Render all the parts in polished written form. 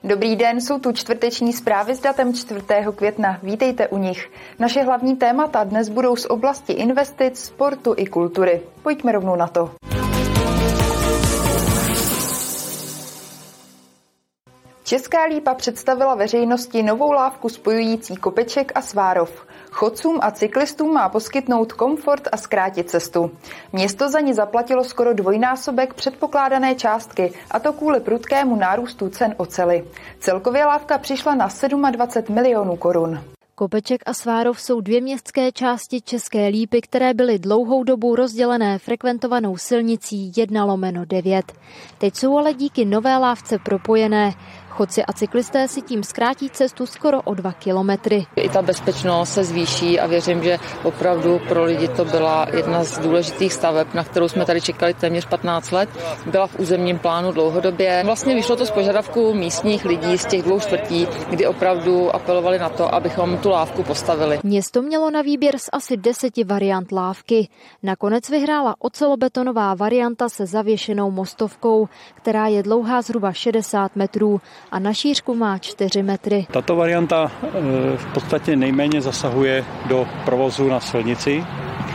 Dobrý den, jsou tu čtvrteční zprávy s datem 4. května. Vítejte u nich. Naše hlavní témata dnes budou z oblasti investic, sportu i kultury. Pojďme rovnou na to. Česká Lípa představila veřejnosti novou lávku spojující Kopeček a Svárov. Chodcům a cyklistům má poskytnout komfort a zkrátit cestu. Město za ní zaplatilo skoro dvojnásobek předpokládané částky, a to kvůli prudkému nárůstu cen oceli. Celkově lávka přišla na 27 milionů korun. Kopeček a Svárov jsou dvě městské části České Lípy, které byly dlouhou dobu rozdělené frekventovanou silnicí 1/9. Teď jsou ale díky nové lávce propojené. Chodci a cyklisté si tím zkrátí cestu skoro o 2 kilometry. I ta bezpečnost se zvýší a věřím, že opravdu pro lidi to byla jedna z důležitých staveb, na kterou jsme tady čekali téměř 15 let. Byla v územním plánu dlouhodobě. Vlastně vyšlo to z požadavku místních lidí z těch 2 čtvrtí, kdy opravdu apelovali na to, abychom tu lávku postavili. Město mělo na výběr z asi 10 variant lávky. Nakonec vyhrála ocelobetonová varianta se zavěšenou mostovkou, která je dlouhá zhruba 60 metrů. A na šířku má 4 metry. Tato varianta v podstatě nejméně zasahuje do provozu na silnici,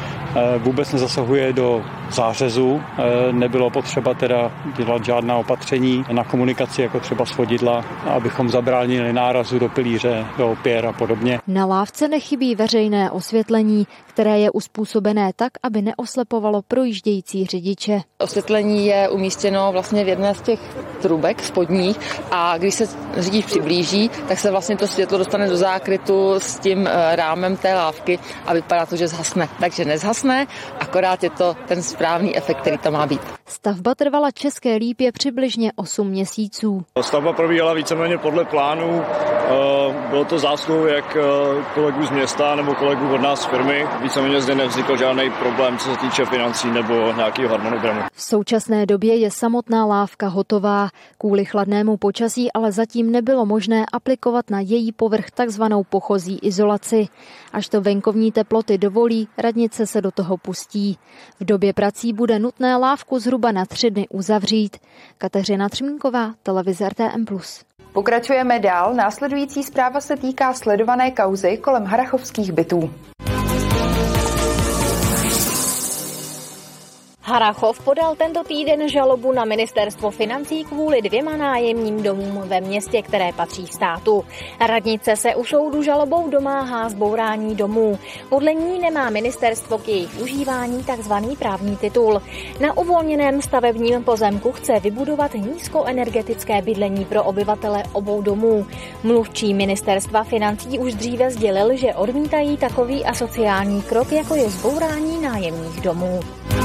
vůbec nezasahuje do zářezu, nebylo potřeba teda dělat žádná opatření na komunikaci, jako třeba svodidla, abychom zabránili nárazu do pilíře, do opěr a podobně. Na lávce nechybí veřejné osvětlení, které je uspůsobené tak, aby neoslepovalo projíždějící řidiče. Osvětlení je umístěno vlastně v jedné z těch trubek spodních a když se řidič přiblíží, tak se vlastně to světlo dostane do zákrytu s tím rámem té lávky a vypadá to, že zhasne. Takže nezhasne, akorát je to ten správný efekt, který tam má být. Stavba trvala České Lípě přibližně 8 měsíců. Stavba probíhala víceméně podle plánu. Bylo to zásluhou jak kolegů z města nebo kolegů od nás z firmy. Víceméně zde nevznikl žádný problém, co se týče financí nebo nějakého harmonogramu. V současné době je samotná lávka hotová. Kvůli chladnému počasí ale zatím nebylo možné aplikovat na její povrch takzvanou pochozí izolaci. Až to venkovní teploty dovolí, radnice se do toho pustí. V době prací bude nutné lávku zhruba na 3 dny uzavřít. Kateřina Třmínková, televize RTM+. Pokračujeme dál. Následující zpráva se týká sledované kauzy kolem harrachovských bytů. Harrachov podal tento týden žalobu na ministerstvo financí kvůli 2 nájemním domům ve městě, které patří státu. Radnice se u soudu žalobou domáhá zbourání domů. Podle ní nemá ministerstvo k jejich užívání takzvaný právní titul. Na uvolněném stavebním pozemku chce vybudovat nízkoenergetické bydlení pro obyvatele obou domů. Mluvčí ministerstva financí už dříve sdělil, že odmítají takový asociální krok, jako je zbourání nájemních domů.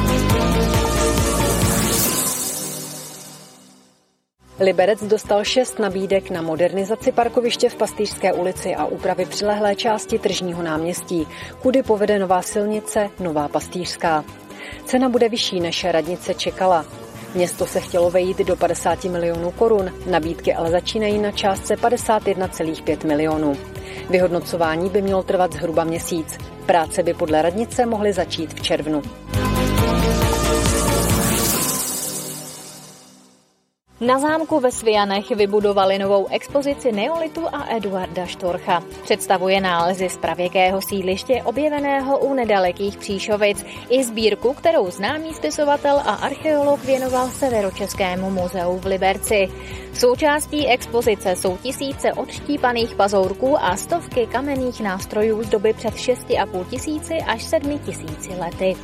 Liberec dostal 6 nabídek na modernizaci parkoviště v Pastýřské ulici a úpravy přilehlé části Tržního náměstí, kudy povede nová silnice Nová Pastýřská. Cena bude vyšší, než radnice čekala. Město se chtělo vejít do 50 milionů korun, nabídky ale začínají na částce 51,5 milionů. Vyhodnocování by mělo trvat zhruba měsíc. Práce by podle radnice mohly začít v červnu. Na zámku ve Svijanech vybudovali novou expozici neolitu a Eduarda Štorcha. Představuje nálezy z pravěkého sídliště objeveného u nedalekých Příšovic i sbírku, kterou známý spisovatel a archeolog věnoval Severočeskému muzeu v Liberci. Součástí expozice jsou tisíce odštípaných pazourků a stovky kamenných nástrojů z doby před 6,5 tisíci až 7 tisíci lety.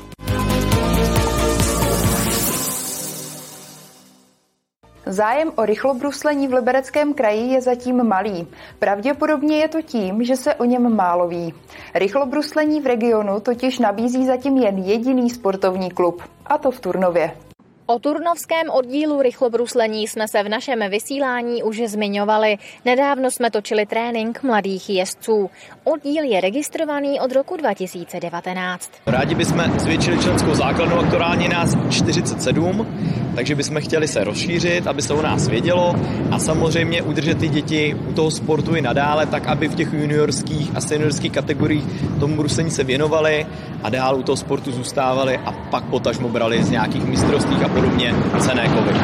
Zájem o rychlobruslení v Libereckém kraji je zatím malý. Pravděpodobně je to tím, že se o něm málo ví. Rychlobruslení v regionu totiž nabízí zatím jen jediný sportovní klub, a to v Turnově. O turnovském oddílu rychlobruslení jsme se v našem vysílání už zmiňovali. Nedávno jsme točili trénink mladých jezdců. Oddíl je registrovaný od roku 2019. Rádi bychom zvětšili členskou základnu, aktuálně nás 47, takže bychom chtěli se rozšířit, aby se o nás vědělo a samozřejmě udržet ty děti u toho sportu i nadále, tak aby v těch juniorských a seniorských kategoriích tomu bruslení se věnovali a dál u toho sportu zůstávali a pak potažmo brali z nějakých mistrovství a podobně cenné kovy.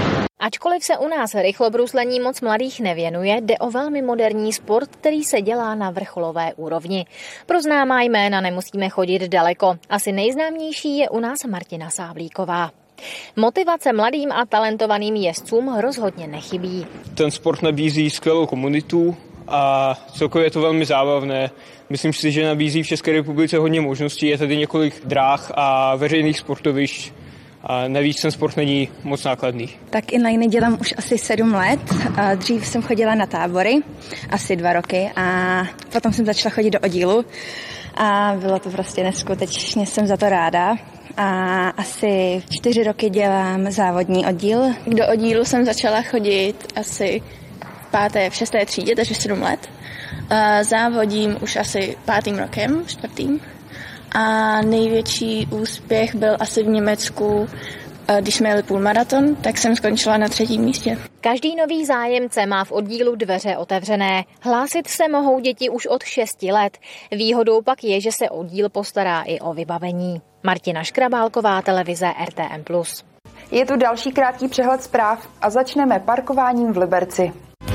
Ačkoliv se u nás rychlobruslení moc mladých nevěnuje, jde o velmi moderní sport, který se dělá na vrcholové úrovni. Pro známá jména nemusíme chodit daleko. Asi nejznámější je u nás Martina Sáblíková. Motivace mladým a talentovaným jezdcům rozhodně nechybí. Ten sport nabízí skvělou komunitu a celkově je to velmi zábavné. Myslím si, že nabízí v České republice hodně možností. Je tady několik dráh a veřejných sportovišť. A navíc ten sport není moc nákladný. Tak inliny dělám už asi 7 let. Dřív jsem chodila na tábory, asi 2 roky, a potom jsem začala chodit do oddílu. A bylo to prostě neskutečně, jsem za to ráda. A asi 4 roky dělám závodní oddíl. Do oddílu jsem začala chodit asi v 5., v 6. třídě, takže 7 let. Závodím už asi 5. rokem, 4. A největší úspěch byl asi v Německu, když jsme jeli půlmaraton, tak jsem skončila na 3. místě. Každý nový zájemce má v oddílu dveře otevřené. Hlásit se mohou děti už od 6 let. Výhodou pak je, že se oddíl postará i o vybavení. Martina Škrabálková, televize RTM+. Je tu další krátký přehled zpráv a začneme parkováním v Liberci.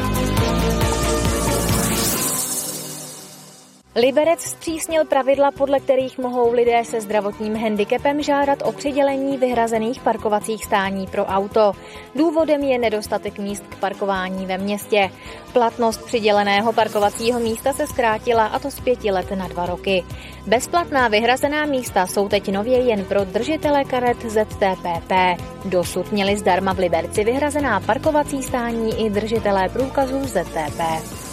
Liberec zpřísnil pravidla, podle kterých mohou lidé se zdravotním handicapem žádat o přidělení vyhrazených parkovacích stání pro auto. Důvodem je nedostatek míst k parkování ve městě. Platnost přiděleného parkovacího místa se zkrátila, a to z 5 let na 2 roky. Bezplatná vyhrazená místa jsou teď nově jen pro držitele karet ZTPP. Dosud měli zdarma v Liberci vyhrazená parkovací stání i držitelé průkazů ZTP.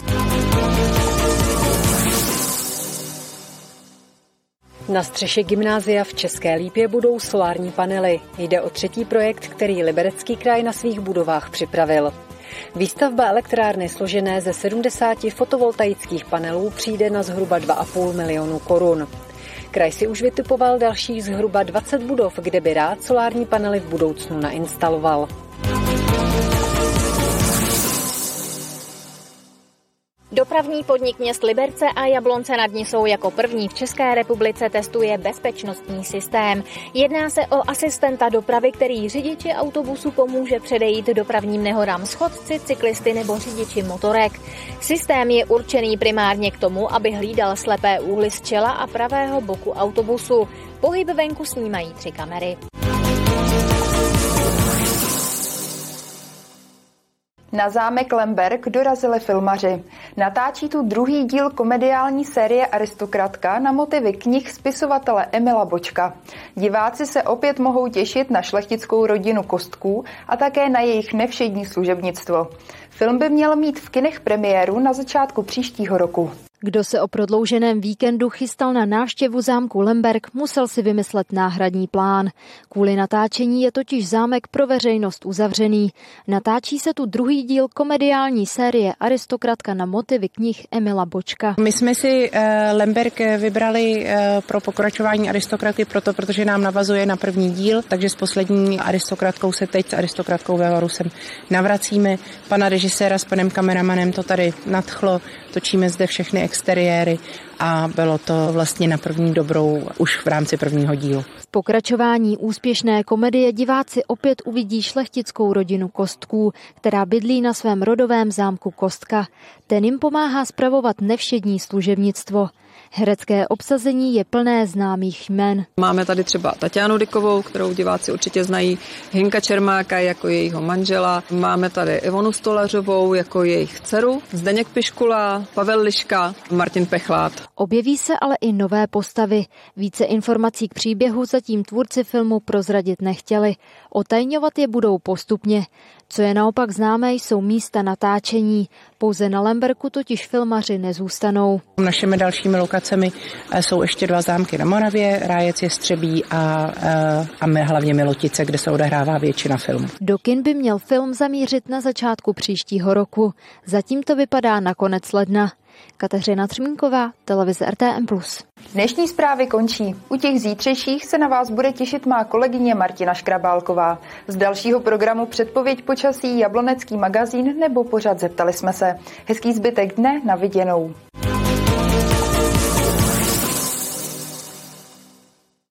Na střeše gymnázia v České Lípě budou solární panely. Jde o 3. projekt, který Liberecký kraj na svých budovách připravil. Výstavba elektrárny složené ze 70 fotovoltaických panelů přijde na zhruba 2,5 milionu korun. Kraj si už vytipoval dalších zhruba 20 budov, kde by rád solární panely v budoucnu nainstaloval. Dopravní podnik měst Liberce a Jablonce nad Nisou jako první v České republice testuje bezpečnostní systém. Jedná se o asistenta dopravy, který řidiči autobusu pomůže předejít dopravním nehodám s chodci, cyklisty nebo řidiči motorek. Systém je určený primárně k tomu, aby hlídal slepé úhly z čela a pravého boku autobusu. Pohyb venku snímají 3 kamery. Na zámek Lemberg dorazili filmaři. Natáčí tu druhý díl komediální série Aristokratka na motivy knih spisovatele Emila Bočka. Diváci se opět mohou těšit na šlechtickou rodinu Kostků a také na jejich nevšední služebnictvo. Film by měl mít v kinech premiéru na začátku příštího roku. Kdo se o prodlouženém víkendu chystal na návštěvu zámku Lemberg, musel si vymyslet náhradní plán. Kvůli natáčení je totiž zámek pro veřejnost uzavřený. Natáčí se tu druhý díl komediální série Aristokratka na motivy knih Emila Bočka. My jsme si Lemberg vybrali pro pokračování Aristokratky protože nám navazuje na první díl, takže s poslední Aristokratkou se teď s Aristokratkou ve Varu sem navracíme. Pana režiséra s panem kameramanem to tady nadchlo, točíme zde všechny exteriéry a bylo to vlastně na první dobrou už v rámci prvního dílu. V pokračování úspěšné komedie diváci opět uvidí šlechtickou rodinu Kostků, která bydlí na svém rodovém zámku Kostka. Ten jim pomáhá spravovat nevšední služebnictvo. Herecké obsazení je plné známých jmen. Máme tady třeba Tatianu Dykovou, kterou diváci určitě znají, Hinka Čermáka jako jejího manžela, máme tady Ivonu Stolařovou jako jejich dceru, Zdeněk Piškula, Pavel Liška, Martin Pechlát. Objeví se ale i nové postavy. Více informací k příběhu zatím tvůrci filmu prozradit nechtěli. Otajňovat je budou postupně. Co je naopak známé, jsou místa natáčení. Pouze na Lemberku totiž filmaři nezůstanou. Našimi dalšími lokacemi jsou ještě 2 zámky na Moravě, Rájec Jestřebí a hlavně Milotice, kde se odehrává většina filmu. Do kin by měl film zamířit na začátku příštího roku. Zatím to vypadá na konec ledna. Kateřina Třmínková, televize RTM+. Dnešní zprávy končí. U těch zítřejších se na vás bude těšit má kolegyně Martina Škrabálková. Z dalšího programu předpověď počasí, Jablonecký magazín nebo pořad Zeptali jsme se. Hezký zbytek dne, na viděnou.